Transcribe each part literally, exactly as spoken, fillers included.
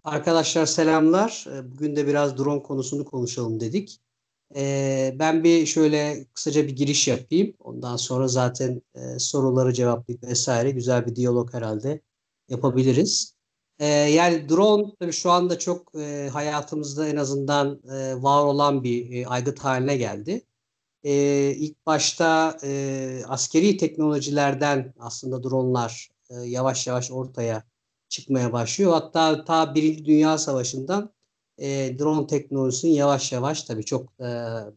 Arkadaşlar selamlar. Ee, Bugün de biraz drone konusunu konuşalım dedik. Ee, ben bir şöyle kısaca bir giriş yapayım. Ondan sonra zaten e, soruları cevaplayıp vesaire güzel bir diyalog herhalde yapabiliriz. Ee, yani drone tabii şu anda çok e, hayatımızda en azından e, var olan bir e, aygıt haline geldi. Ee, ilk başta e, askeri teknolojilerden aslında dronlar e, yavaş yavaş ortaya çıkmaya başlıyor. Hatta ta Birinci Dünya Savaşı'ndan e, drone teknolojisinin yavaş yavaş tabii çok e,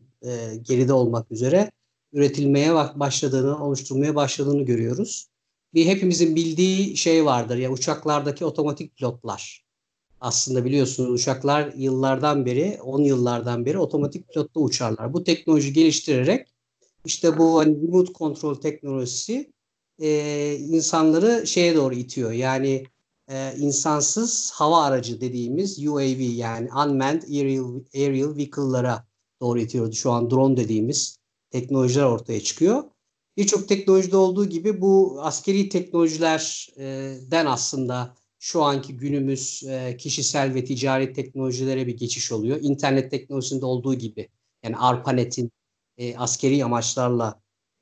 e, geride olmak üzere üretilmeye bak- başladığını, oluşturmaya başladığını görüyoruz. Bir hepimizin bildiği şey vardır ya, uçaklardaki otomatik pilotlar. Aslında biliyorsunuz uçaklar yıllardan beri, on yıllardan beri otomatik pilotla uçarlar. Bu teknoloji geliştirerek işte bu hani remote kontrol teknolojisi e, insanları şeye doğru itiyor. Yani e, insansız hava aracı dediğimiz U A V, yani Unmanned Aerial, Aerial Vehicle'lara doğru itiyor. Şu an drone dediğimiz teknolojiler ortaya çıkıyor. Birçok teknolojide olduğu gibi bu askeri teknolojilerden aslında şu anki günümüz e, kişisel ve ticari teknolojilere bir geçiş oluyor. İnternet teknolojisinde olduğu gibi, yani ARPANET'in e, askeri amaçlarla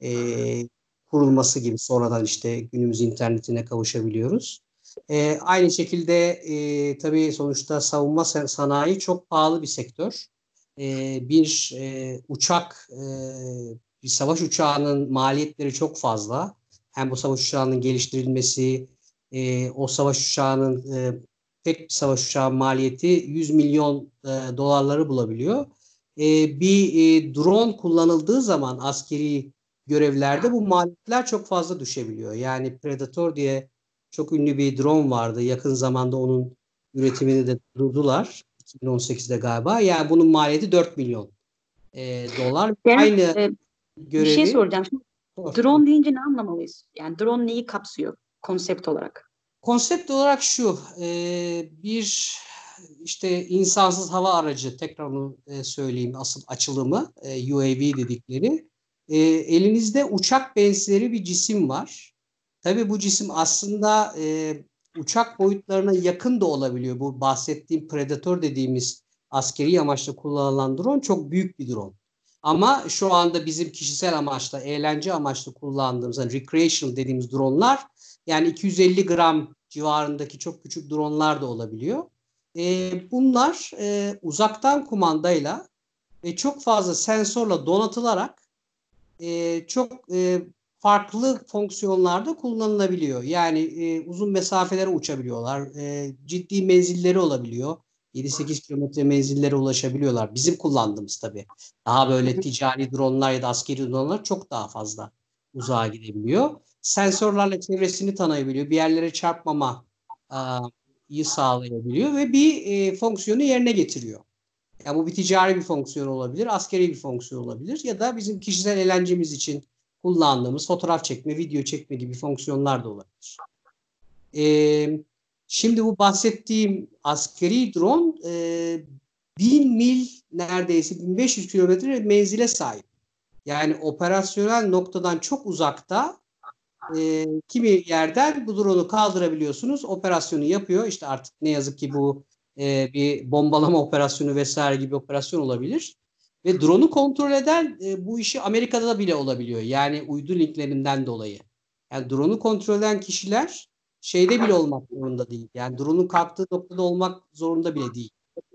e, kurulması gibi sonradan işte günümüz internetine kavuşabiliyoruz. E, aynı şekilde e, tabii sonuçta savunma sanayi çok pahalı bir sektör. E, bir e, uçak, e, bir savaş uçağının maliyetleri çok fazla. Hem bu savaş uçağının geliştirilmesi, e, o savaş uçağının e, tek bir savaş uçağı maliyeti yüz milyon e, dolarları bulabiliyor. E, bir e, drone kullanıldığı zaman askeri görevlerde bu maliyetler çok fazla düşebiliyor. Yani Predator diye çok ünlü bir drone vardı. Yakın zamanda onun üretimini de durdular. iki bin on sekizde galiba. Yani bunun maliyeti dört milyon e, dolar. Ben Aynı e, bir şey görevi soracağım. Şimdi sor. drone deyince ne anlamalıyız? Yani drone neyi kapsıyor konsept olarak? Konsept olarak şu, e, bir işte insansız hava aracı, tekrar onu e, söyleyeyim asıl açılımı, e, U A V dedikleri. E, elinizde uçak benzeri bir cisim var. Tabii bu cisim aslında e, uçak boyutlarına yakın da olabiliyor. Bu bahsettiğim Predator dediğimiz askeri amaçla kullanılan drone çok büyük bir drone. Ama şu anda bizim kişisel amaçla, eğlence amaçlı kullandığımız, hani recreational dediğimiz dronelar, yani iki yüz elli gram civarındaki çok küçük dronlar da olabiliyor. E, bunlar e, uzaktan kumandayla ve çok fazla sensörle donatılarak e, çok e, farklı fonksiyonlarda kullanılabiliyor. Yani e, uzun mesafelere uçabiliyorlar. E, ciddi menzilleri olabiliyor. yedi sekiz kilometre menzillere ulaşabiliyorlar. Bizim kullandığımız tabii. Daha Hı böyle hı. ticari dronlar ya da askeri dronlar çok daha fazla uzağa gidebiliyor. Sensörlerle çevresini tanıyabiliyor. Bir yerlere çarpmama iyi sağlayabiliyor ve bir e, fonksiyonu yerine getiriyor. Yani bu bir ticari bir fonksiyon olabilir, askeri bir fonksiyon olabilir ya da bizim kişisel eğlencemiz için kullandığımız fotoğraf çekme, video çekme gibi fonksiyonlar da olabilir. Ee, Şimdi bu bahsettiğim askeri drone e, bin mil, neredeyse bin beş yüz kilometre menzile sahip. Yani operasyonel noktadan çok uzakta e, kimi yerden bu drone'u kaldırabiliyorsunuz. Operasyonu yapıyor. İşte artık ne yazık ki bu e, bir bombalama operasyonu vesaire gibi operasyon olabilir. Ve drone'u kontrol eden e, bu işi Amerika'da da bile olabiliyor. Yani uydu linklerinden dolayı. Yani drone'u kontrol eden kişiler şeyde bile olmak zorunda değil. Yani drone'un kalktığı noktada olmak zorunda bile değil.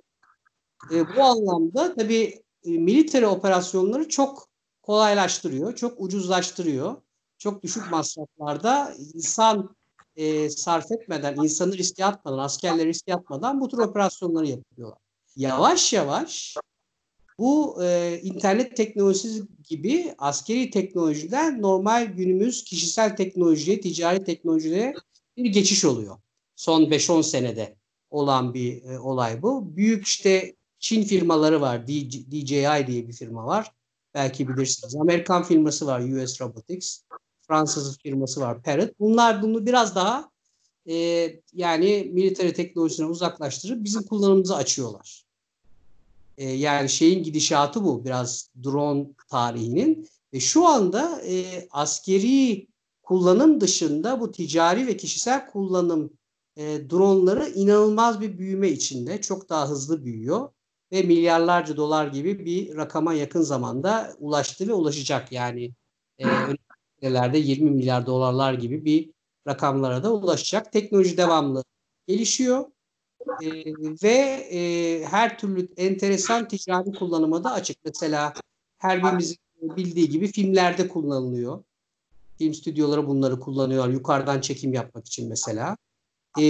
E, bu anlamda tabii e, military operasyonları çok kolaylaştırıyor, çok ucuzlaştırıyor. Çok düşük masraflarda insan e, sarf etmeden, insanı riske atmadan, askerleri riske atmadan bu tür operasyonları yapıyorlar. Yavaş yavaş bu e, internet teknolojisi gibi askeri teknolojiden normal günümüz kişisel teknolojiye, ticari teknolojiye bir geçiş oluyor. Son beş on senede olan bir e, olay bu. Büyük işte Çin firmaları var. D J I diye bir firma var. Belki bilirsiniz. Amerikan firması var, U S Robotics. Fransız firması var, Parrot. Bunlar bunu biraz daha e, yani military teknolojisine uzaklaştırıp bizim kullanımımıza açıyorlar. E, yani şeyin gidişatı bu biraz drone tarihinin ve şu anda e, askeri kullanım dışında bu ticari ve kişisel kullanım e, dronları inanılmaz bir büyüme içinde. Çok daha hızlı büyüyor ve milyarlarca dolar gibi bir rakama yakın zamanda ulaştı ve ulaşacak. Yani e, önümüzdeki senelerde yirmi milyar dolarlar gibi bir rakamlara da ulaşacak. Teknoloji devamlı gelişiyor. E, ve e, her türlü enteresan ticari kullanıma da açık. Mesela her birimizin bildiği gibi filmlerde kullanılıyor. Film stüdyoları bunları kullanıyor. Yukarıdan çekim yapmak için mesela. E,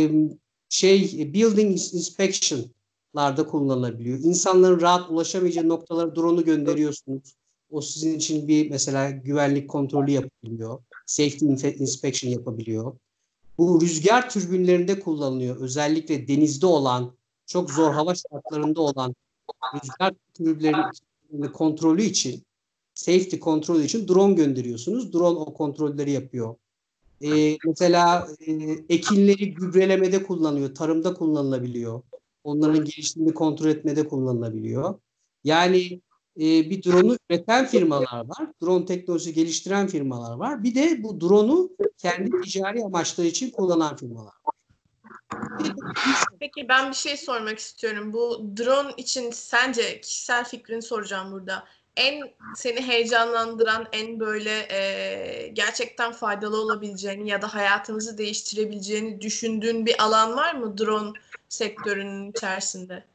şey building inspection'larda kullanılabiliyor. İnsanların rahat ulaşamayacağı noktalara drone'u gönderiyorsunuz. O sizin için bir mesela güvenlik kontrolü yapabiliyor. Safety inspection yapabiliyor. Bu rüzgar türbinlerinde kullanılıyor. Özellikle denizde olan, çok zor hava şartlarında olan rüzgar türbinlerinin kontrolü için, safety kontrolü için drone gönderiyorsunuz. Drone o kontrolleri yapıyor. Ee, mesela e, ekinleri gübrelemede kullanıyor, tarımda kullanılabiliyor. Onların gelişimini kontrol etmede kullanılabiliyor. Yani e, bir drone'u üreten firmalar var, drone teknolojisi geliştiren firmalar var. Bir de bu drone'u kendi ticari amaçları için kullanan firmalar var. Bir de Peki ben bir şey sormak istiyorum. Bu drone için sence kişisel fikrini soracağım burada. En seni heyecanlandıran, en böyle e, gerçekten faydalı olabileceğini ya da hayatımızı değiştirebileceğini düşündüğün bir alan var mı drone sektörünün içerisinde?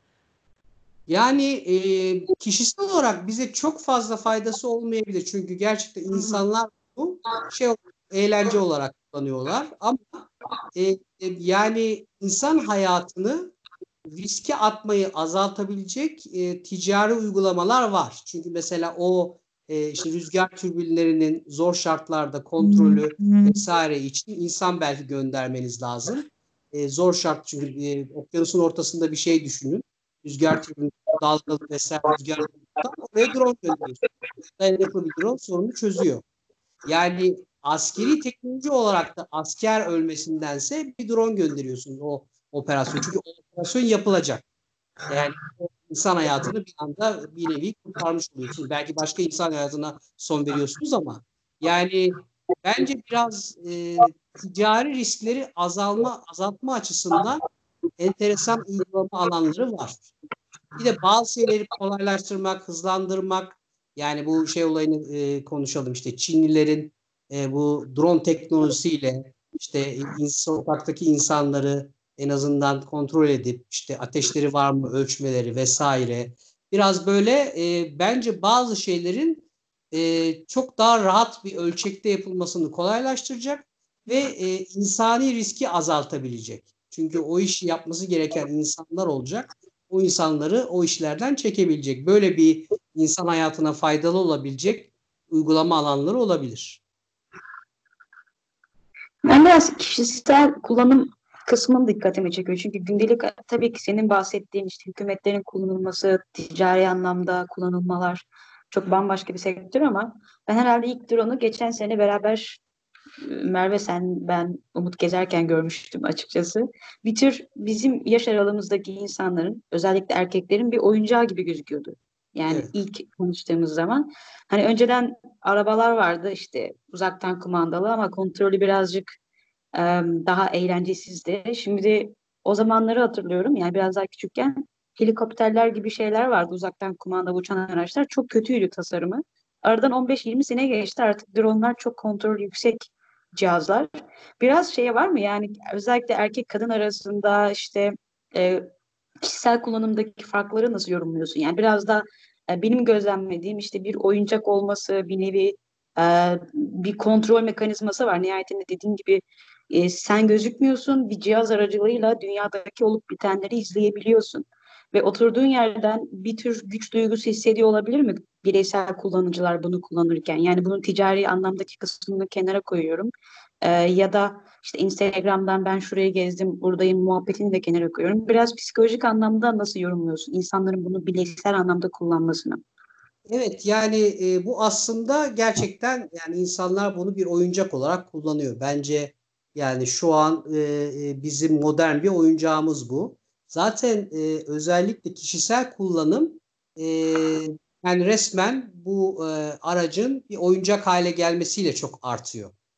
Yani e, kişisel olarak bize çok fazla faydası olmayabilir. Çünkü gerçekten Hı hı. insanlar bu şey eğlence olarak kullanıyorlar. Ama e, e, yani insan hayatını riske atmayı azaltabilecek e, ticari uygulamalar var. Çünkü mesela o e, işte rüzgar türbinlerinin zor şartlarda kontrolü vesaire için insan belki göndermeniz lazım. E, zor şart çünkü e, okyanusun ortasında bir şey düşünün. Rüzgar türbini dalgalı vesaire rüzgar oraya drone gönderiyorsun. Dayanıklı bir drone sorunu çözüyor. Yani askeri teknoloji olarak da asker ölmesindense bir drone gönderiyorsun o operasyon. Çünkü o operasyon yapılacak. Yani insan hayatını bir anda bir nevi kurtarmış oluyorsunuz. Belki başka insan hayatına son veriyorsunuz ama yani bence biraz e, ticari riskleri azalma azaltma açısından enteresan uygulama alanları var. Bir de bazı şeyleri kolaylaştırmak, hızlandırmak, yani bu şey olayını e, konuşalım işte Çinlilerin e, bu drone teknolojisiyle işte in, sokaktaki insanları en azından kontrol edip işte ateşleri var mı ölçmeleri vesaire. Biraz böyle e, bence bazı şeylerin e, çok daha rahat bir ölçekte yapılmasını kolaylaştıracak ve e, insani riski azaltabilecek. Çünkü o işi yapması gereken insanlar olacak, o insanları o işlerden çekebilecek. Böyle bir insan hayatına faydalı olabilecek uygulama alanları olabilir. Ben biraz kişisel kullanım kısmını dikkatimi çekiyor. Çünkü gündelik tabii ki senin bahsettiğin işte hükümetlerin kullanılması, ticari anlamda kullanılmalar çok bambaşka bir sektör ama ben herhalde ilk drone'u geçen sene beraber Merve sen ben Umut gezerken görmüştüm açıkçası. Bir tür bizim yaş aralığımızdaki insanların özellikle erkeklerin bir oyuncağı gibi gözüküyordu. Yani Evet. ilk konuştuğumuz zaman hani önceden arabalar vardı işte uzaktan kumandalı ama kontrolü birazcık e, daha eğlencesizdi. Şimdi o zamanları hatırlıyorum yani biraz daha küçükken helikopterler gibi şeyler vardı uzaktan kumandalı uçan araçlar çok kötüydü tasarımı. Aradan on beş yirmi sene geçti artık dronlar çok kontrol yüksek cihazlar. Biraz şeye var mı yani özellikle erkek kadın arasında işte e, kişisel kullanımdaki farkları nasıl yorumluyorsun? Yani biraz da e, benim gözlemlediğim işte bir oyuncak olması bir nevi e, bir kontrol mekanizması var. Nihayetinde dediğin gibi e, sen gözükmüyorsun bir cihaz aracılığıyla dünyadaki olup bitenleri izleyebiliyorsun. Ve oturduğun yerden bir tür güç duygusu hissediyor olabilir mi bireysel kullanıcılar bunu kullanırken? Yani bunun ticari anlamdaki kısmını kenara koyuyorum. Ee, ya da işte Instagram'dan ben şurayı gezdim, buradayım muhabbetini de kenara koyuyorum. Biraz psikolojik anlamda nasıl yorumluyorsun insanların bunu bireysel anlamda kullanmasını? Evet yani e, bu aslında gerçekten yani insanlar bunu bir oyuncak olarak kullanıyor. Bence yani şu an e, e, bizim modern bir oyuncağımız bu. Zaten e, özellikle kişisel kullanım e, yani resmen bu e, aracın bir oyuncak hale gelmesiyle çok artıyor.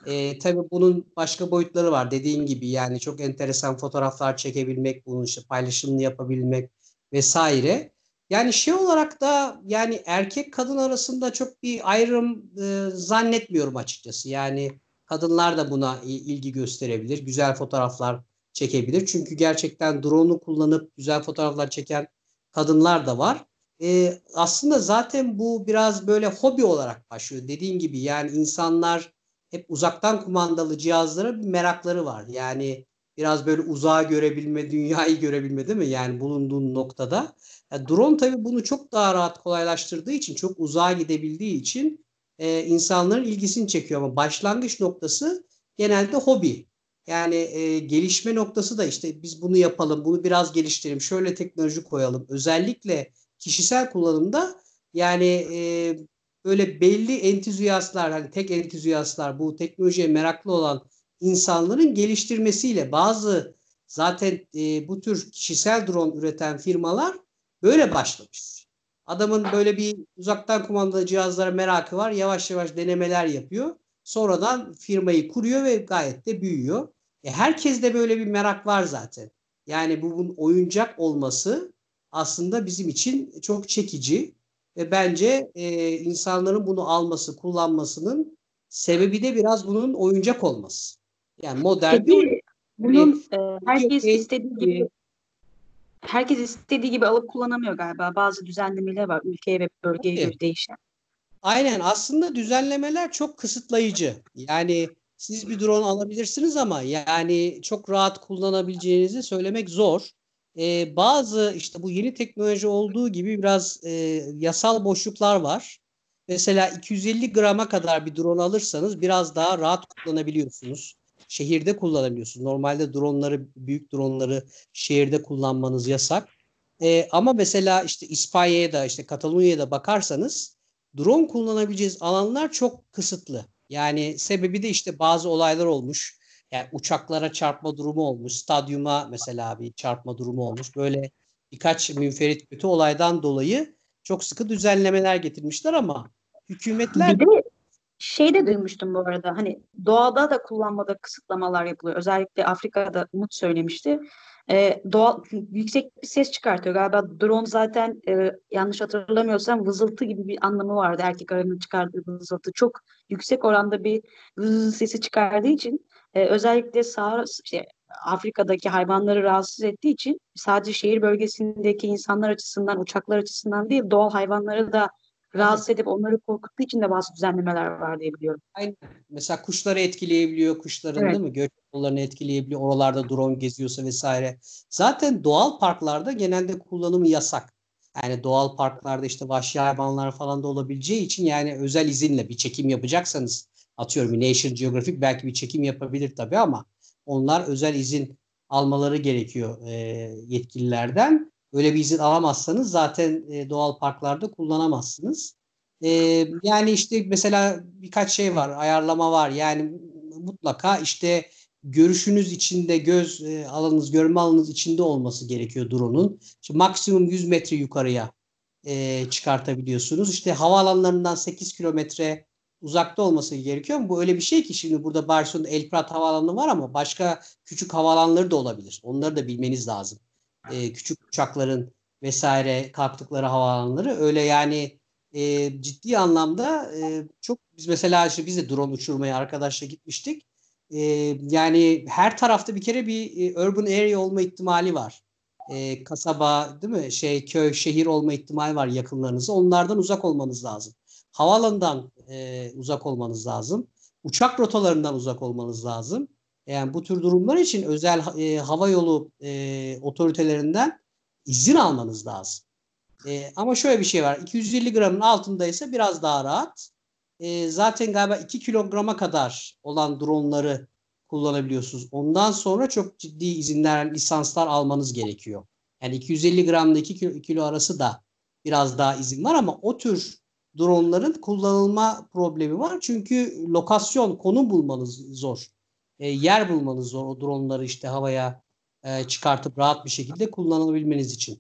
E, tabii bunun başka boyutları var. Dediğin gibi yani çok enteresan fotoğraflar çekebilmek, bunun işte paylaşımını yapabilmek vesaire. Yani şey olarak da yani erkek kadın arasında çok bir ayrım e, zannetmiyorum açıkçası. Yani kadınlar da buna i- ilgi gösterebilir, güzel fotoğraflar çekebilir. Çünkü gerçekten drone'u kullanıp güzel fotoğraflar çeken kadınlar da var. E, aslında zaten bu biraz böyle hobi olarak başlıyor. Dediğin gibi yani insanlar hep uzaktan kumandalı cihazlara bir merakları var. Yani biraz böyle uzağı görebilme, dünyayı görebilme değil mi? Yani bulunduğun noktada. Ya drone tabii bunu çok daha rahat kolaylaştırdığı için, çok uzağa gidebildiği için e, insanların ilgisini çekiyor. Ama başlangıç noktası genelde hobi. Yani e, gelişme noktası da işte biz bunu yapalım, bunu biraz geliştirelim, şöyle teknoloji koyalım. Özellikle kişisel kullanımda yani e, böyle belli entüziyastlar, hani tek entüziyastlar, bu teknolojiye meraklı olan insanların geliştirmesiyle bazı zaten e, bu tür kişisel drone üreten firmalar böyle başlamış. Adamın böyle bir uzaktan kumandalı cihazlara merakı var. Yavaş yavaş denemeler yapıyor. Sonradan firmayı kuruyor ve gayet de büyüyor. E, herkeste böyle bir merak var zaten. Yani bunun oyuncak olması aslında bizim için çok çekici. Ve bence e, insanların bunu alması, kullanmasının sebebi de biraz bunun oyuncak olması. Yani modern bir oyun. Peki Yani bunun e, video herkes game istediği gibi gibi. herkes istediği gibi alıp kullanamıyor galiba. Bazı düzenlemeler var ülkeye ve bölgeye Tabii. göre değişen. Aynen, aslında düzenlemeler çok kısıtlayıcı. Yani siz bir drone alabilirsiniz ama yani çok rahat kullanabileceğinizi söylemek zor. Ee, bazı işte bu yeni teknoloji olduğu gibi biraz e, yasal boşluklar var. Mesela iki yüz elli grama kadar bir drone alırsanız biraz daha rahat kullanabiliyorsunuz. Şehirde kullanabiliyorsunuz. Normalde dronları, büyük dronları şehirde kullanmanız yasak. Ee, ama mesela işte İspanya'ya da işte Katalonya'ya bakarsanız drone kullanabileceğiniz alanlar çok kısıtlı. Yani sebebi de işte bazı olaylar olmuş. Yani uçaklara çarpma durumu olmuş. Stadyuma mesela bir çarpma durumu olmuş. Böyle birkaç münferit kötü olaydan dolayı çok sıkı düzenlemeler getirmişler ama hükümetler Bir de şey de duymuştum bu arada. Hani doğada da kullanmada kısıtlamalar yapılıyor. Özellikle Afrika'da Umut söylemişti. Ee, doğal, yüksek bir ses çıkartıyor. Galiba drone zaten e, yanlış hatırlamıyorsam vızıltı gibi bir anlamı vardı. Erkek arının çıkardığı vızıltı. Çok yüksek oranda bir vız sesi çıkardığı için e, özellikle sağ, işte, Afrika'daki hayvanları rahatsız ettiği için sadece şehir bölgesindeki insanlar açısından, uçaklar açısından değil, doğal hayvanları da aynen, rahatsız edip onları korkuttuğu için de bazı düzenlemeler var diye biliyorum. aynen. Mesela kuşları etkileyebiliyor, kuşların Evet. değil mi? Göç yollarını etkileyebiliyor. Oralarda drone geziyorsa vesaire. Zaten doğal parklarda genelde kullanımı yasak. Yani doğal parklarda işte vahşi hayvanlar falan da olabileceği için yani özel izinle bir çekim yapacaksanız, atıyorum bir National Geographic belki bir çekim yapabilir tabii ama onlar özel izin almaları gerekiyor e, yetkililerden. Öyle bir izin alamazsanız zaten e, doğal parklarda kullanamazsınız. Ee, yani işte mesela birkaç şey var, ayarlama var. Yani mutlaka işte görüşünüz içinde, göz e, alanınız, görme alanınız içinde olması gerekiyor drone'un. İşte maksimum yüz metre yukarıya e, çıkartabiliyorsunuz. İşte havaalanlarından sekiz kilometre uzakta olması gerekiyor. Ama bu öyle bir şey ki şimdi burada Barcelona'da El Prat havaalanı var ama başka küçük havaalanları da olabilir. Onları da bilmeniz lazım. E, küçük uçakların vesaire kalktıkları havaalanları öyle yani e, ciddi anlamda e, çok biz mesela işte biz de drone uçurmaya arkadaşla gitmiştik. E, yani her tarafta bir kere bir e, urban area olma ihtimali var. E, kasaba değil mi? Şey köy, şehir olma ihtimali var yakınlarınızda. Onlardan uzak olmanız lazım. Havaalanından e, uzak olmanız lazım. Uçak rotalarından uzak olmanız lazım. Yani bu tür durumlar için özel e, hava yolu e, otoritelerinden izin almanız lazım. E, ama şöyle bir şey var. iki yüz elli gramın altındaysa biraz daha rahat. E, zaten galiba iki kilograma kadar olan dronları kullanabiliyorsunuz. Ondan sonra çok ciddi izinler, lisanslar almanız gerekiyor. Yani iki yüz elli gramla iki kilo, kilo arası da biraz daha izin var ama o tür dronların kullanılma problemi var. Çünkü lokasyon, konum bulmanız zor. E, yer bulmanız zor o dronları işte havaya e, çıkartıp rahat bir şekilde kullanabilmeniz için.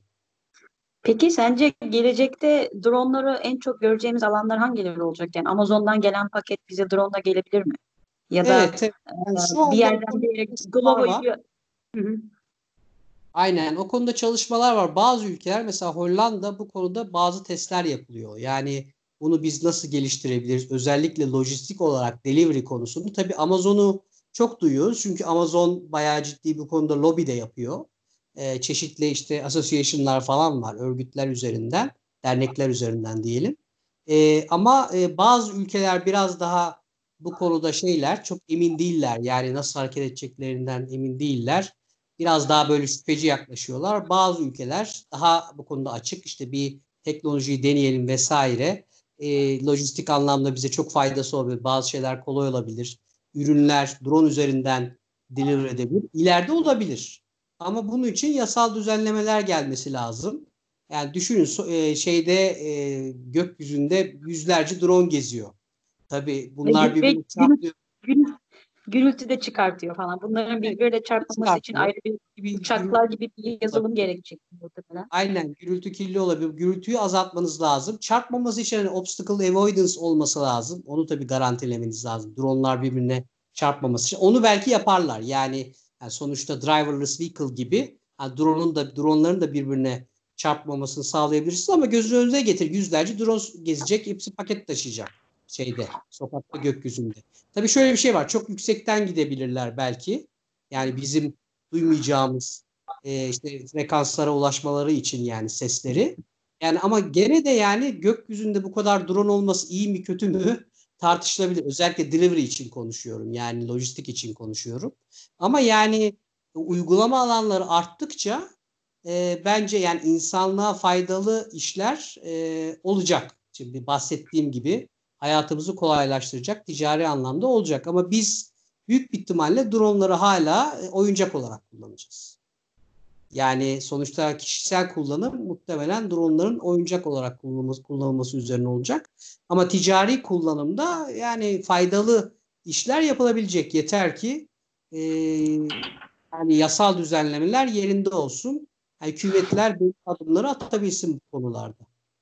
Peki sence gelecekte dronları en çok göreceğimiz alanlar hangileri olacak? Yani Amazon'dan gelen paket bize drone'la gelebilir mi? Ya da Evet, evet. Yani şu e, bir anda o yerden konuda bir yere çalışmalar var. Glovo'yu. Hı hı. Aynen o konuda çalışmalar var. Bazı ülkeler mesela Hollanda bu konuda bazı testler yapılıyor. Yani bunu biz nasıl geliştirebiliriz? Özellikle lojistik olarak delivery konusunu. Tabii Amazon'u çok duyuyoruz. Çünkü Amazon bayağı ciddi bu konuda lobi de yapıyor. Ee, çeşitli işte association'lar falan var. Örgütler üzerinden, dernekler üzerinden diyelim. Ee, ama e, bazı ülkeler biraz daha bu konuda şeyler çok emin değiller. Yani nasıl hareket edeceklerinden emin değiller. Biraz daha böyle şüpheci yaklaşıyorlar. Bazı ülkeler daha bu konuda açık. İşte bir teknolojiyi deneyelim vesaire. E, lojistik anlamda bize çok faydası olabilir. Bazı şeyler kolay olabilir. Ürünler drone üzerinden deliver edebilir. İleride olabilir. Ama bunun için yasal düzenlemeler gelmesi lazım. Yani düşünün e, şeyde e, gökyüzünde yüzlerce drone geziyor. Tabii Ve, bunlar gü- ve birbirini gü- çarpıyor. gü- gürültü de çıkartıyor falan. Bunların Evet, birbirine çarpmaması için çıkartıyor. ayrı bir Bir uçaklar gürültü gibi bir yazılım olabilir. gerekecek muhtemelen. Aynen gürültü kirli olabilir. Gürültüyü azaltmanız lazım. Çarpmaması için hani obstacle avoidance olması lazım. Onu tabii garantilemeniz lazım. Dronlar birbirine çarpmaması için. Onu belki yaparlar. Yani, yani sonuçta driverless vehicle gibi yani drone'un da dronların da birbirine çarpmamasını sağlayabilirsiniz ama gözünüzün önüne getir. Yüzlerce drone gezecek. Hepsi paket taşıyacak şeyde, sokakta, gökyüzünde. Tabii şöyle bir şey var. Çok yüksekten gidebilirler belki. Yani bizim duymayacağımız e, işte frekanslara ulaşmaları için yani sesleri. Yani ama gene de yani gökyüzünde bu kadar drone olması iyi mi kötü mü tartışılabilir. Özellikle delivery için konuşuyorum. Yani lojistik için konuşuyorum. Ama yani uygulama alanları arttıkça e, bence yani insanlığa faydalı işler e, olacak. Şimdi bahsettiğim gibi hayatımızı kolaylaştıracak ticari anlamda olacak. Ama biz büyük bir ihtimalle dronları hala e, oyuncak olarak kullanacağız. Yani sonuçta kişisel kullanım muhtemelen dronların oyuncak olarak kullanılması, kullanılması üzerine olacak. Ama ticari kullanımda yani faydalı işler yapılabilecek. Yeter ki e, yani yasal düzenlemeler yerinde olsun. Yani hükümetler belli adımları atabilsin bu konularda.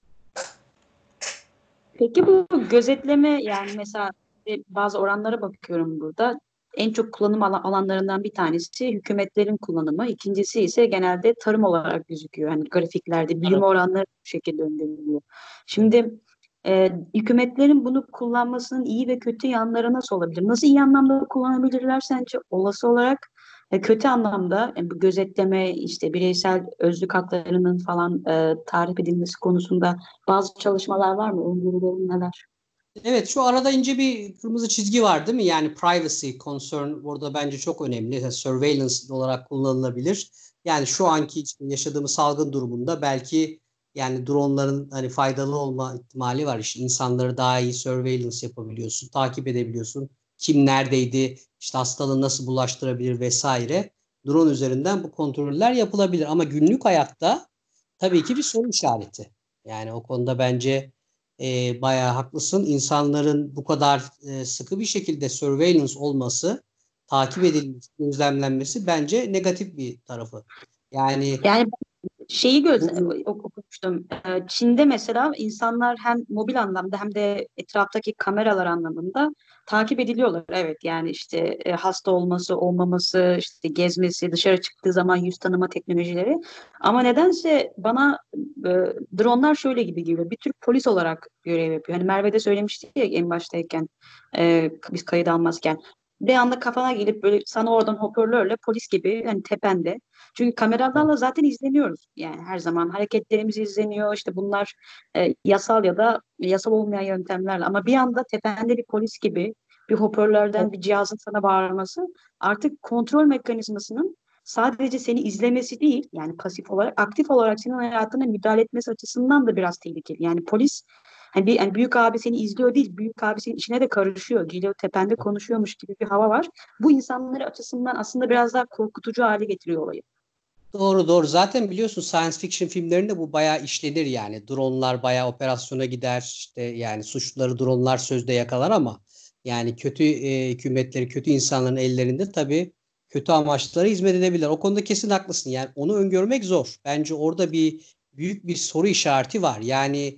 Peki bu gözetleme, yani mesela e, bazı oranlara bakıyorum burada. En çok kullanım ala- alanlarından bir tanesi hükümetlerin kullanımı. İkincisi ise genelde tarım olarak gözüküyor. Hani grafiklerde büyüme Evet. oranları bu şekilde öngörülüyor. Şimdi e, hükümetlerin bunu kullanmasının iyi ve kötü yanları nasıl olabilir? Nasıl iyi anlamda kullanabilirler sence? Olası olarak e, kötü anlamda e, bu gözetleme, işte bireysel özlük haklarının falan e, tarif edilmesi konusunda bazı çalışmalar var mı? Öngörülerin neler? Evet, şu arada ince bir kırmızı çizgi var değil mi? Yani privacy concern burada bence çok önemli. Yani surveillance olarak kullanılabilir. Yani şu anki işte yaşadığımız salgın durumunda belki yani dronların hani faydalı olma ihtimali var. İşte insanları daha iyi surveillance yapabiliyorsun, takip edebiliyorsun. Kim neredeydi, işte hastalığı nasıl bulaştırabilir vesaire. Drone üzerinden bu kontroller yapılabilir. Ama günlük hayatta tabii ki bir soru işareti. Yani o konuda bence e, bayağı haklısın. İnsanların bu kadar e, sıkı bir şekilde surveillance olması, takip edilmesi, gözlemlenmesi bence negatif bir tarafı. Yani Yani şeyi göz bu okumuştum. Ee, Çin'de mesela insanlar hem mobil anlamda hem de etraftaki kameralar anlamında takip ediliyorlar. Evet, yani işte e, hasta olması, olmaması, işte gezmesi, dışarı çıktığı zaman yüz tanıma teknolojileri. Ama nedense bana e, dronlar şöyle gibi geliyor. Bir tür polis olarak görev yapıyor. Hani Merve de söylemişti ya en baştayken, e, biz kayıt almazken. Bir anda kafana gelip böyle sana oradan hoparlörle polis gibi hani tepende. Çünkü kameralarla zaten izleniyoruz. Yani her zaman hareketlerimiz izleniyor. İşte bunlar e, yasal ya da yasal olmayan yöntemlerle. Ama bir anda tepende bir polis gibi bir hoparlörden bir cihazın sana bağırması artık kontrol mekanizmasının sadece seni izlemesi değil, yani pasif olarak, aktif olarak senin hayatına müdahale etmesi açısından da biraz tehlikeli. Yani polis hani, bir, hani büyük abi seni izliyor değil, büyük abi senin içine de karışıyor. Geliyor tepende konuşuyormuş gibi bir hava var. Bu insanları açısından aslında biraz daha korkutucu hale getiriyor olayı. doğru doğru. Zaten biliyorsun science fiction filmlerinde bu bayağı işlenir yani. Dronlar bayağı operasyona gider. İşte yani suçluları dronlar sözde yakalar ama yani kötü e, hükümetleri, kötü insanların ellerinde tabii kötü amaçlara hizmet edebilirler. O konuda kesin haklısın. Yani onu öngörmek zor. Bence orada bir büyük bir soru işareti var. Yani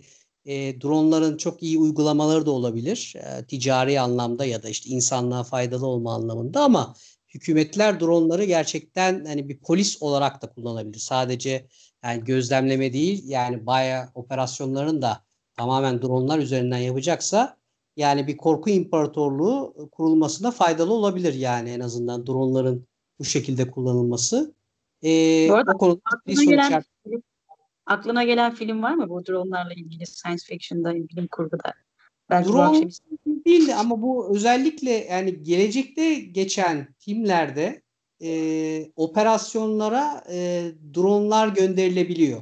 E, dronların çok iyi uygulamaları da olabilir. E, ticari anlamda ya da işte insanlığa faydalı olma anlamında ama hükümetler dronları gerçekten hani bir polis olarak da kullanabilir. Sadece yani gözlemleme değil yani bayağı operasyonların da tamamen dronlar üzerinden yapacaksa yani bir korku imparatorluğu kurulmasına faydalı olabilir yani en azından dronların bu şekilde kullanılması. Bu E, arada o konuda bir aklına soru gelen işareti. aklına gelen film var mı bu dronlarla ilgili, science fiction'da, bilim kurguda? Belki bu Drone akşam is- değildi ama bu özellikle yani gelecekte geçen filmlerde e, operasyonlara e, dronlar gönderilebiliyor.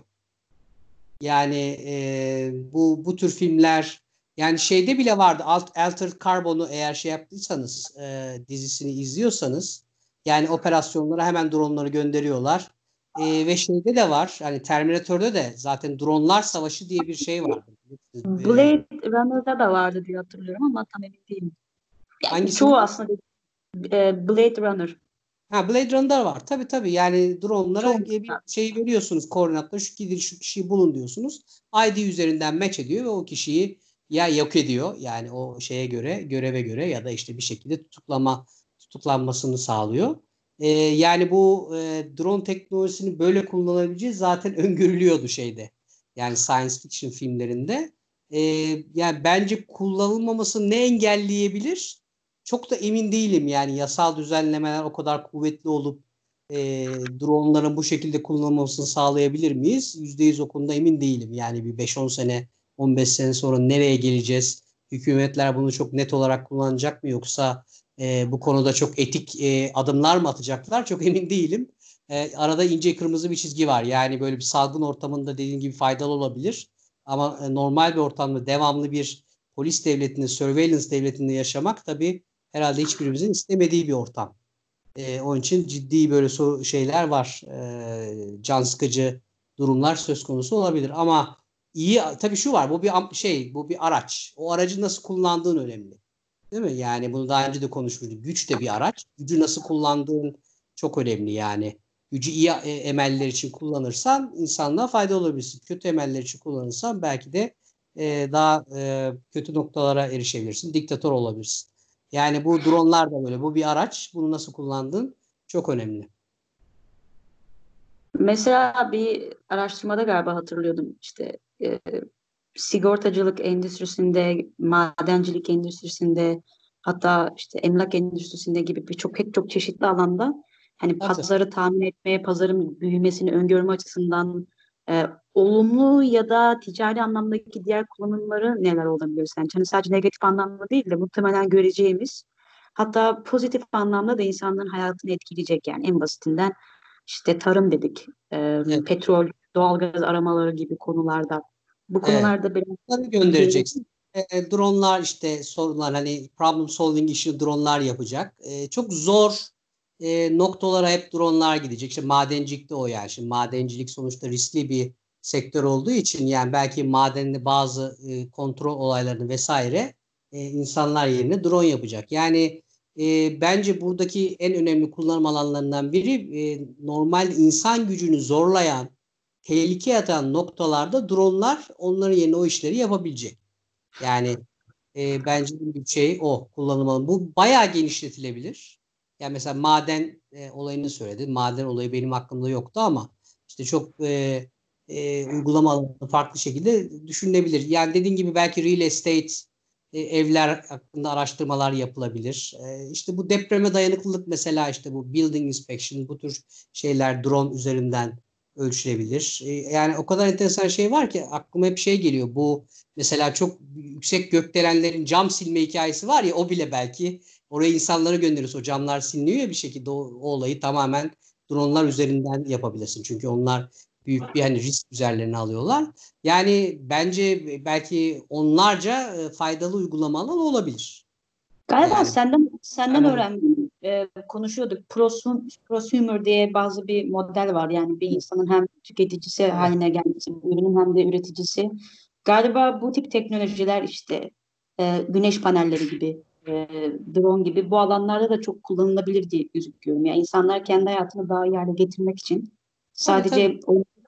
Yani e, bu bu tür filmler yani şeyde bile vardı. Alt, Altered Carbon'u eğer şey yaptıysanız e, dizisini izliyorsanız yani operasyonlara hemen dronları gönderiyorlar. E, ve şeyde de var. Hani Terminator'da de zaten dronlar savaşı diye bir şey vardı. E, Blade Runner'da da vardı diye hatırlıyorum ama tam emin değilim. Yani çoğu hangisinde? aslında e, Blade Runner. Ha, Blade Runner var. Tabii tabii. Yani drone'lara Çoğu. bir şey veriyorsunuz koordinatları. Şu kişiyi, şu kişiyi bulun diyorsunuz. I D üzerinden match ediyor ve o kişiyi ya yok ediyor. Yani o şeye göre, göreve göre ya da işte bir şekilde tutuklama tutuklanmasını sağlıyor. Ee, yani bu e, drone teknolojisini böyle kullanabileceği zaten öngörülüyordu şeyde. Yani science fiction filmlerinde. Ee, yani bence kullanılmaması ne engelleyebilir? Çok da emin değilim yani yasal düzenlemeler o kadar kuvvetli olup e, dronların bu şekilde kullanılmasını sağlayabilir miyiz? Yüzde yüz o konuda emin değilim. Yani bir beş on sene, on beş sene sonra nereye geleceğiz? Hükümetler bunu çok net olarak kullanacak mı yoksa e, bu konuda çok etik e, adımlar mı atacaklar? Çok emin değilim. E, arada ince kırmızı bir çizgi var. Yani böyle bir salgın ortamında dediğim gibi faydalı olabilir. Ama e, normal bir ortamda devamlı bir polis devletinde, surveillance devletinde yaşamak tabii herhalde hiçbirimizin istemediği bir ortam. E, onun için ciddi böyle so- şeyler var. E, can sıkıcı durumlar söz konusu olabilir. Ama iyi tabii şu var. Bu bir am- şey, bu bir araç. O aracı nasıl kullandığın önemli. Değil mi? Yani bunu daha önce de konuşmuştuk. Güç de bir araç. Gücü nasıl kullandığın çok önemli yani. Gücü iyi e, emeller için kullanırsan insanlığa fayda olabilirsin. Kötü emeller için kullanırsan belki de e, daha e, kötü noktalara erişebilirsin. Diktatör olabilirsin. Yani bu dronlar da böyle. Bu bir araç. Bunu nasıl kullandığın çok önemli. Mesela bir araştırmada galiba hatırlıyordum işte e, sigortacılık endüstrisinde, madencilik endüstrisinde, hatta işte emlak endüstrisinde gibi birçok pek çok çeşitli alanda hani Tabii. pazarı tahmin etmeye, pazarın büyümesini öngörme açısından e, olumlu ya da ticari anlamdaki diğer kullanımları neler olabilir sence? Hani sadece negatif anlamda değil de muhtemelen göreceğimiz, hatta pozitif anlamda da insanların hayatını etkileyecek, yani en basitinden işte tarım dedik, e, Evet. petrol, doğalgaz aramaları gibi konularda. Bu Evet. konularda biraz Bunları bilgi verir göndereceksin. misin? E, dronlar işte sorunlar hani problem solving işi dronlar yapacak. E, çok zor e, noktalara hep dronlar gidecek. İşte madencilikte o yani. Şimdi madencilik sonuçta riskli bir sektör olduğu için yani belki madende bazı e, kontrol olaylarını vesaire e, insanlar yerine drone yapacak. Yani e, bence buradaki en önemli kullanım alanlarından biri e, normal insan gücünü zorlayan tehlike atan noktalarda dronlar onların yerine o işleri yapabilecek. Yani e, bence bir şey o kullanılmalı. Bu bayağı genişletilebilir. Yani mesela maden e, olayını söyledi. Maden olayı benim aklımda yoktu ama işte çok e, e, uygulama alanı farklı şekilde düşünülebilir. Yani dediğin gibi belki real estate e, evler hakkında araştırmalar yapılabilir. E, işte bu depreme dayanıklılık mesela işte bu building inspection bu tür şeyler drone üzerinden ölçülebilir. E, yani o kadar enteresan şey var ki aklıma hep şey geliyor. Bu mesela çok yüksek gökdelenlerin cam silme hikayesi var ya o bile belki oraya insanları gönderiyorsun. O camlar siliniyor ya bir şekilde o, o olayı tamamen dronlar üzerinden yapabilirsin. Çünkü onlar büyük bir hani risk üzerlerine alıyorlar. Yani bence belki onlarca e, faydalı uygulamalar olabilir. Galiba Yani senden senden karmalı. öğrendim. Ee, konuşuyorduk. Prosun, prosumer diye bazı bir model var. Yani bir insanın hem tüketicisi Evet. haline gelmesi, bir ürünün hem de üreticisi. Galiba bu tip teknolojiler işte e, güneş panelleri gibi, e, drone gibi bu alanlarda da çok kullanılabilir diye gözüküyor. Yani insanlar kendi hayatını daha iyi hale getirmek için Tabii tabii. sadece oyun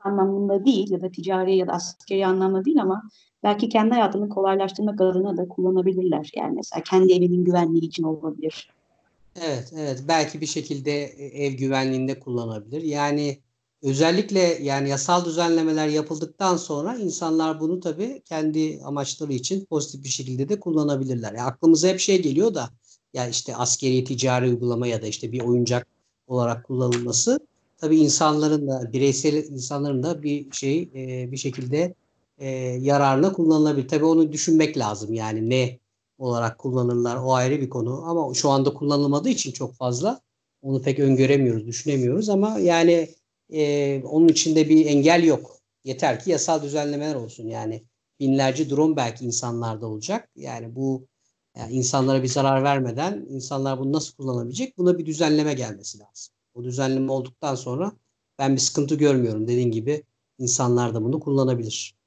anlamında değil ya da ticari ya da askeri anlamda değil ama belki kendi hayatını kolaylaştırmak adına da kullanabilirler. Yani mesela kendi evinin güvenliği için olabilir. Evet, evet. Belki bir şekilde ev güvenliğinde kullanabilir. Yani özellikle yani yasal düzenlemeler yapıldıktan sonra insanlar bunu tabii kendi amaçları için pozitif bir şekilde de kullanabilirler. Ya aklımıza hep şey geliyor da ya işte askeri ticari uygulama ya da işte bir oyuncak olarak kullanılması tabii insanların da bireysel insanların da bir şey e, bir şekilde e, yararına kullanılabilir. Tabii onu düşünmek lazım. Yani ne olarak kullanırlar. O ayrı bir konu. Ama şu anda kullanılmadığı için çok fazla onu pek öngöremiyoruz, düşünemiyoruz ama yani e, onun içinde bir engel yok. Yeter ki yasal düzenlemeler olsun. Yani binlerce drone belki insanlarda olacak. Yani bu yani insanlara bir zarar vermeden insanlar bunu nasıl kullanabilecek? Buna bir düzenleme gelmesi lazım. O düzenleme olduktan sonra ben bir sıkıntı görmüyorum. Dediğin gibi insanlar da bunu kullanabilir.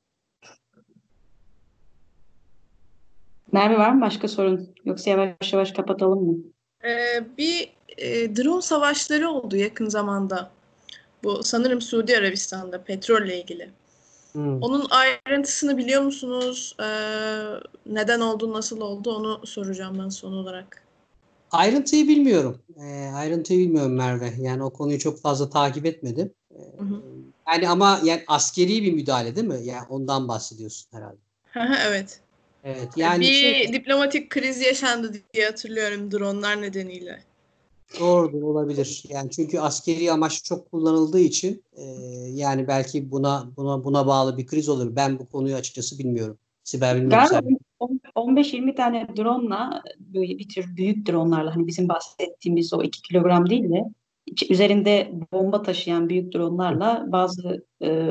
Merve var mı başka sorun? Yoksa yavaş yavaş kapatalım mı? Ee, bir e, drone savaşları oldu yakın zamanda. Bu sanırım Suudi Arabistan'da petrolle ilgili. Hmm. Onun ayrıntısını biliyor musunuz? Ee, neden oldu, nasıl oldu onu soracağım ben son olarak. Ayrıntıyı bilmiyorum. E, ayrıntıyı bilmiyorum Merve. Yani o konuyu çok fazla takip etmedim. E, Hı hı. yani ama yani askeri bir müdahale değil mi? Yani ondan bahsediyorsun herhalde. Evet. Evet. Yani şey Bir diplomatik kriz yaşandı diye hatırlıyorum dronlar nedeniyle. doğrudur olabilir. Yani çünkü askeri amaç çok kullanıldığı için e, yani belki buna buna buna bağlı bir kriz olur. Ben bu konuyu açıkçası bilmiyorum. Sibel bilmiyorum Galiba sen. on beş yirmi tane drone'la böyle bir tür büyük drone'larla hani bizim bahsettiğimiz o iki kilogram değil de iç- üzerinde bomba taşıyan büyük drone'larla bazı e,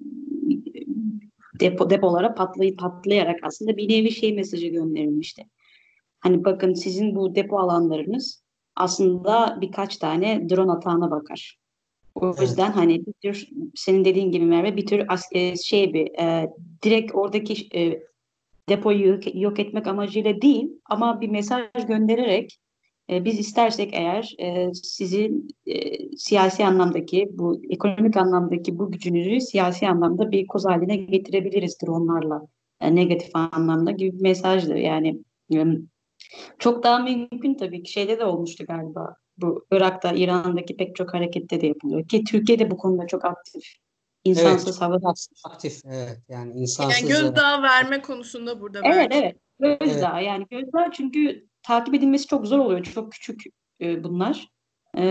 depo, depolara patlayıp patlayarak aslında bir nevi şey mesajı gönderilmişti. Hani bakın sizin bu depo alanlarınız aslında birkaç tane drone atağına bakar. O Evet. yüzden hani bir tür senin dediğin gibi Merve bir tür as- e, şey bir e, direkt oradaki e, depoyu yok, yok etmek amacıyla değil ama bir mesaj göndererek e, biz istersek eğer e, sizin e, siyasi anlamdaki bu ekonomik anlamdaki bu gücünüzü siyasi anlamda bir koz haline getirebiliriz onlarla e, negatif anlamda gibi bir mesajdır yani e, çok daha mümkün tabii ki şeyde de olmuştu galiba bu Irak'ta İran'daki pek çok harekette de yapılıyor ki Türkiye de bu konuda çok aktif Evet. insansız Çok hava. aktif. Evet. Yani Yani insansız. gözdağı verme konusunda burada Evet, belki. evet. Evet. Gözdağı yani gözdağı çünkü takip edilmesi çok zor oluyor. Çok küçük e, bunlar. E,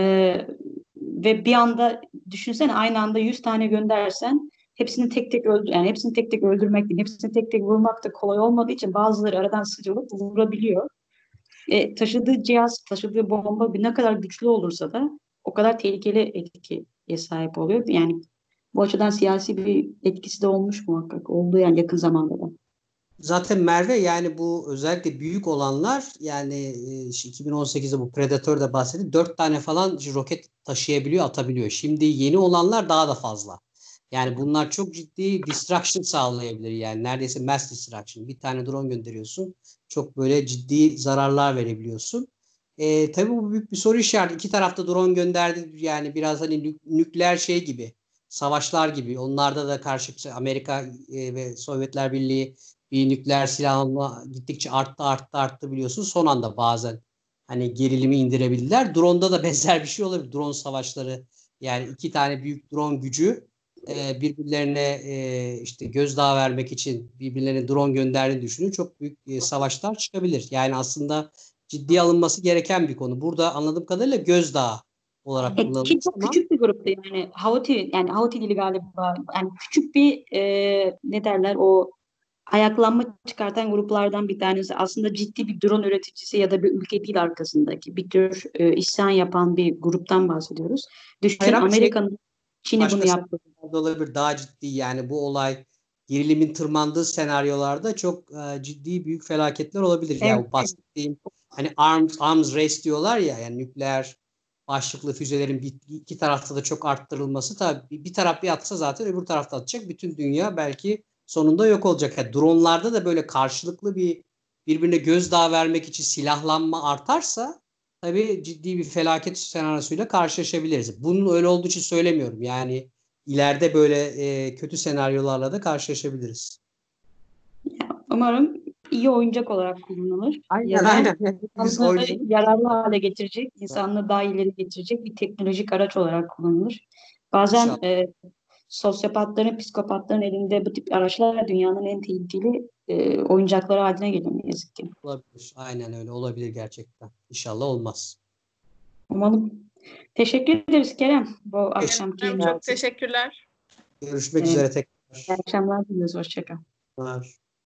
ve bir anda düşünsene aynı anda yüz tane göndersen hepsini tek tek öldür yani hepsini tek tek öldürmek değil, hepsini tek tek vurmak da kolay olmadığı için bazıları aradan sıyrılıp vurabiliyor. E, taşıdığı cihaz, taşıdığı bomba bir ne kadar güçlü olursa da o kadar tehlikeli etkiye sahip oluyor. Yani bu açıdan siyasi bir etkisi de olmuş muhakkak. Oldu yani yakın zamanda da. Zaten Merve yani bu özellikle büyük olanlar yani e, işte iki bin on sekizde bu Predator'da bahsettik. Dört tane falan roket taşıyabiliyor, atabiliyor. Şimdi yeni olanlar daha da fazla. Yani bunlar çok ciddi distraction sağlayabilir yani neredeyse mass distraction. Bir tane drone gönderiyorsun. Çok böyle ciddi zararlar verebiliyorsun. E, tabii bu büyük bir soru işareti. İki tarafta drone gönderdi yani biraz hani nük- nükleer şey gibi. Savaşlar gibi. Onlarda da karşı Amerika e, ve Sovyetler Birliği bir nükleer silahlanma gittikçe arttı arttı arttı biliyorsun. Son anda bazen hani gerilimi indirebildiler. Drone'da da benzer bir şey olabilir. Drone savaşları yani iki tane büyük drone gücü e, birbirlerine e, işte gözdağı vermek için birbirlerine drone gönderdiğini düşünün. Çok büyük e, savaşlar çıkabilir. Yani aslında ciddiye alınması gereken bir konu. Burada anladığım kadarıyla gözdağı olarak E, Çin kullanılmış çok ama küçük bir gruptu yani Houthi yani Houthi dili galiba yani küçük bir e, ne derler o ayaklanma çıkartan gruplardan bir tanesi aslında ciddi bir drone üreticisi ya da bir ülke değil arkasındaki bir tür e, isyan yapan bir gruptan bahsediyoruz. hayır Düşün ama şey Amerika'nın Çin'e bunu başka yaptı. senaryolarda olabilir daha ciddi yani bu olay gerilimin tırmandığı senaryolarda çok e, ciddi büyük felaketler olabilir. Evet. Yani bu bahsettiğim hani arms arms race diyorlar ya yani nükleer başlıklı füzelerin bir, iki tarafta da çok arttırılması tabii bir, bir taraf bir atsa zaten öbür tarafta atacak. Bütün dünya belki sonunda yok olacak. Yani dronlarda da böyle karşılıklı bir birbirine gözdağı vermek için silahlanma artarsa tabii ciddi bir felaket senaryosuyla karşılaşabiliriz. Bunun öyle olduğu için söylemiyorum. Yani ileride böyle e, kötü senaryolarla da karşılaşabiliriz. Umarım iyi oyuncak olarak kullanılır. Aynen Ya da aynen. Biz insanlığı oyuncu yararlı hale getirecek, insanlığı daha ileri getirecek bir teknolojik araç olarak kullanılır. Bazen inşallah e, sosyopatların, psikopatların elinde bu tip araçlar dünyanın en tehlikeli e, oyuncakları haline geliyor ne yazık ki. olabilir. Aynen öyle olabilir gerçekten. İnşallah olmaz. Umarım. Teşekkür ederiz Kerem bu akşamki Kerem, yayın çok için. teşekkürler. Görüşmek E, üzere iyi tekrar. akşamlar diliyoruz. Hoşça kal.